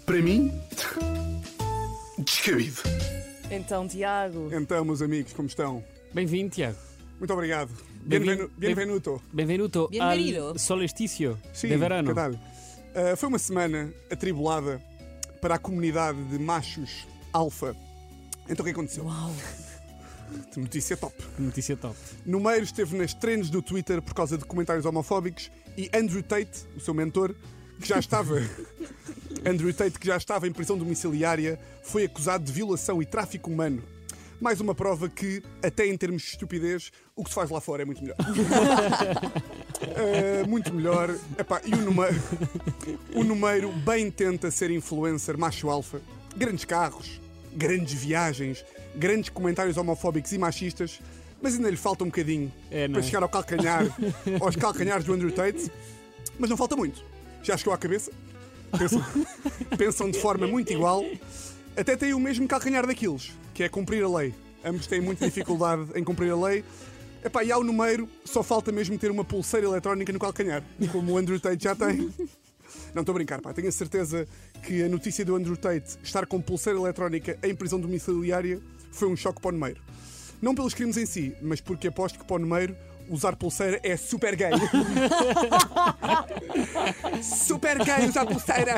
Para mim, descabido. Então, Tiago. Então, meus amigos, como estão? Bem-vindo, Tiago. Muito obrigado. Benvenuto. Benvenuto. Benvenuto Bienvenido. al solsticio Sim, de verano. que tal? Foi uma semana atribulada para a comunidade de machos alfa. Então o que aconteceu? Uau. Notícia top. Notícia top. Numeiro esteve nas trends do Twitter por causa de comentários homofóbicos e Andrew Tate, o seu mentor, que já estava em prisão domiciliária, foi acusado de violação e tráfico humano. Mais uma prova que, até em termos de estupidez, o que se faz lá fora é muito melhor. Muito melhor. Epá, e o Numeiro bem tenta ser influencer macho alfa. Grandes carros, grandes viagens, grandes comentários homofóbicos e machistas, mas ainda lhe falta um bocadinho para chegar ao calcanhar, aos calcanhares do Andrew Tate. Mas não falta muito. Já chegou à cabeça. Pensam de forma muito igual. Até tem o mesmo calcanhar daqueles, que é cumprir a lei. Ambos têm muita dificuldade em cumprir a lei. Epá, e ao Numeiro só falta mesmo ter uma pulseira eletrónica no calcanhar, como o Andrew Tate já tem. Não estou a brincar, pá. Tenho a certeza que a notícia do Andrew Tate estar com pulseira eletrónica em prisão domiciliária foi um choque para o Numeiro. Não pelos crimes em si, mas porque aposto que para o Numeiro usar pulseira é super gay. Super gay usar pulseira.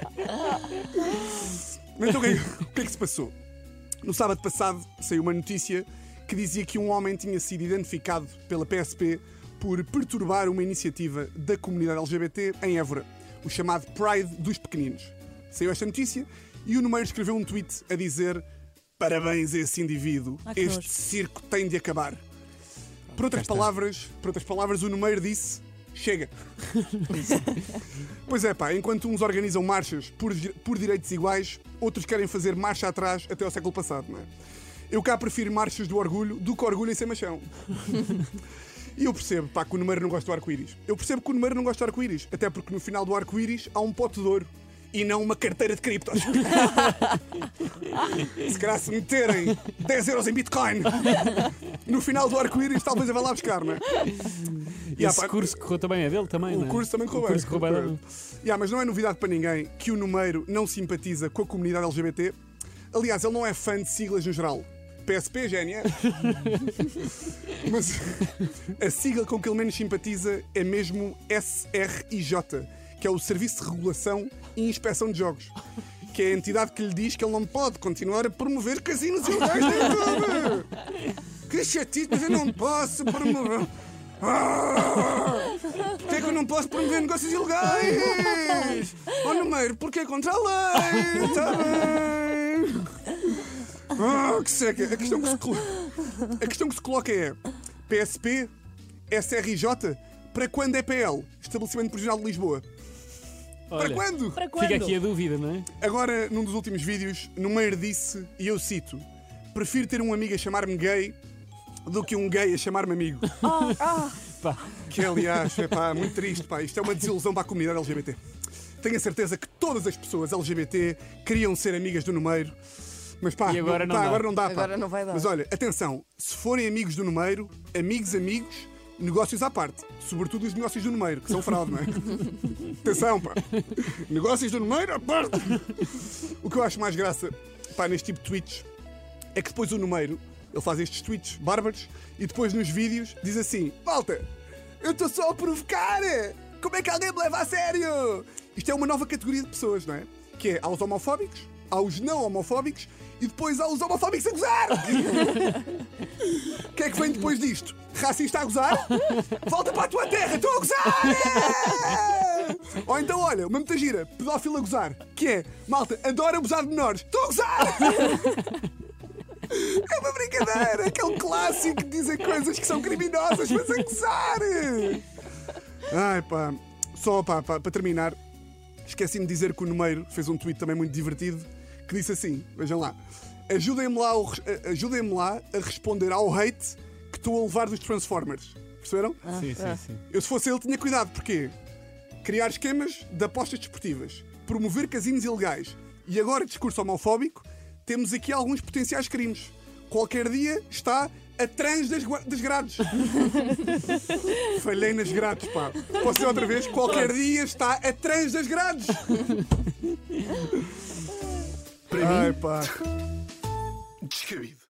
Mas então o que é que se passou? No sábado passado saiu uma notícia que dizia que um homem tinha sido identificado pela PSP por perturbar uma iniciativa da comunidade LGBT em Évora, o chamado Pride dos Pequeninos. Saiu esta notícia e o Numeiro escreveu um tweet a dizer: parabéns a esse indivíduo, este circo tem de acabar. Por outras palavras, o Numeiro disse: chega. Pois é, pá, enquanto uns organizam marchas por direitos iguais, outros querem fazer marcha atrás até ao século passado, não é? Eu cá prefiro marchas do orgulho do que orgulho em ser machão. E eu percebo, pá, que o Numeiro não gosta do arco-íris. Eu percebo que o Numeiro não gosta do arco-íris, até porque no final do arco-íris há um pote de ouro e não uma carteira de criptos. Se calhar se meterem 10 euros em Bitcoin no final do arco-íris, talvez eu vá lá buscar, não é? Esse curso correu também, é dele também, O não é? curso também correu bem. Mas não é novidade para ninguém que o Numeiro não simpatiza com a comunidade LGBT. Aliás, ele não é fã de siglas no geral. PSP, GNR. Mas a sigla com que ele menos simpatiza é mesmo SRIJ, que é o Serviço de Regulação e Inspeção de Jogos, que é a entidade que lhe diz que ele não pode continuar a promover casinos ilegais no YouTube. Que chatice, mas eu não posso promover. Porquê é que eu não posso promover negócios ilegais? Oh, Numeiro, porquê contra a lei? Está bem. Que seca. A questão que se coloca é: PSP, SRJ, para quando é PL? Estabelecimento Prisional de Lisboa. Olha, para quando? Fica aqui a dúvida, não é? Agora, num dos últimos vídeos, Numeiro disse, e eu cito: prefiro ter um amigo a chamar-me gay do que um gay a chamar-me amigo. Pá. Que, aliás, é pá, muito triste, pá. Isto é uma desilusão para a comunidade LGBT. Tenho a certeza que todas as pessoas LGBT queriam ser amigas do Numeiro, mas pá, E agora não dá. agora não dá, pá. Agora não vai dar. Mas olha, atenção, se forem amigos do Numeiro, amigos, negócios à parte. Sobretudo os negócios do Numeiro, que são fraude, não é? Atenção, pá. Negócios do Numeiro à parte. O que eu acho mais graça, pá, neste tipo de tweets é que depois o Numeiro, ele faz estes tweets bárbaros e depois nos vídeos diz assim: malta, eu estou só a provocar! Como é que alguém me leva a sério? Isto é uma nova categoria de pessoas, não é? Que é aos homofóbicos, aos não homofóbicos e depois aos homofóbicos a gozar! O que é que vem depois disto? Racista a gozar? Volta para a tua terra, estou a gozar! Ou então, olha, uma muita gira, pedófilo a gozar, que é: malta, adoro abusar de menores, estou a gozar! É uma brincadeira, aquele clássico que dizem coisas que são criminosas, mas a gozar! Ai pá, só pá, para terminar, esqueci-me de dizer que o Numeiro fez um tweet também muito divertido que disse assim: vejam lá, ajudem-me lá a responder ao hate que estou a levar dos Transformers. Perceberam? Sim. Eu, se fosse ele, tinha cuidado, porque criar esquemas de apostas desportivas, promover casinos ilegais e agora discurso homofóbico, temos aqui alguns potenciais crimes. Qualquer dia está atrás das grades. Falhei nas grades, pá. Posso dizer outra vez? Qualquer dia está atrás das grades. Ai, pá. Descabido.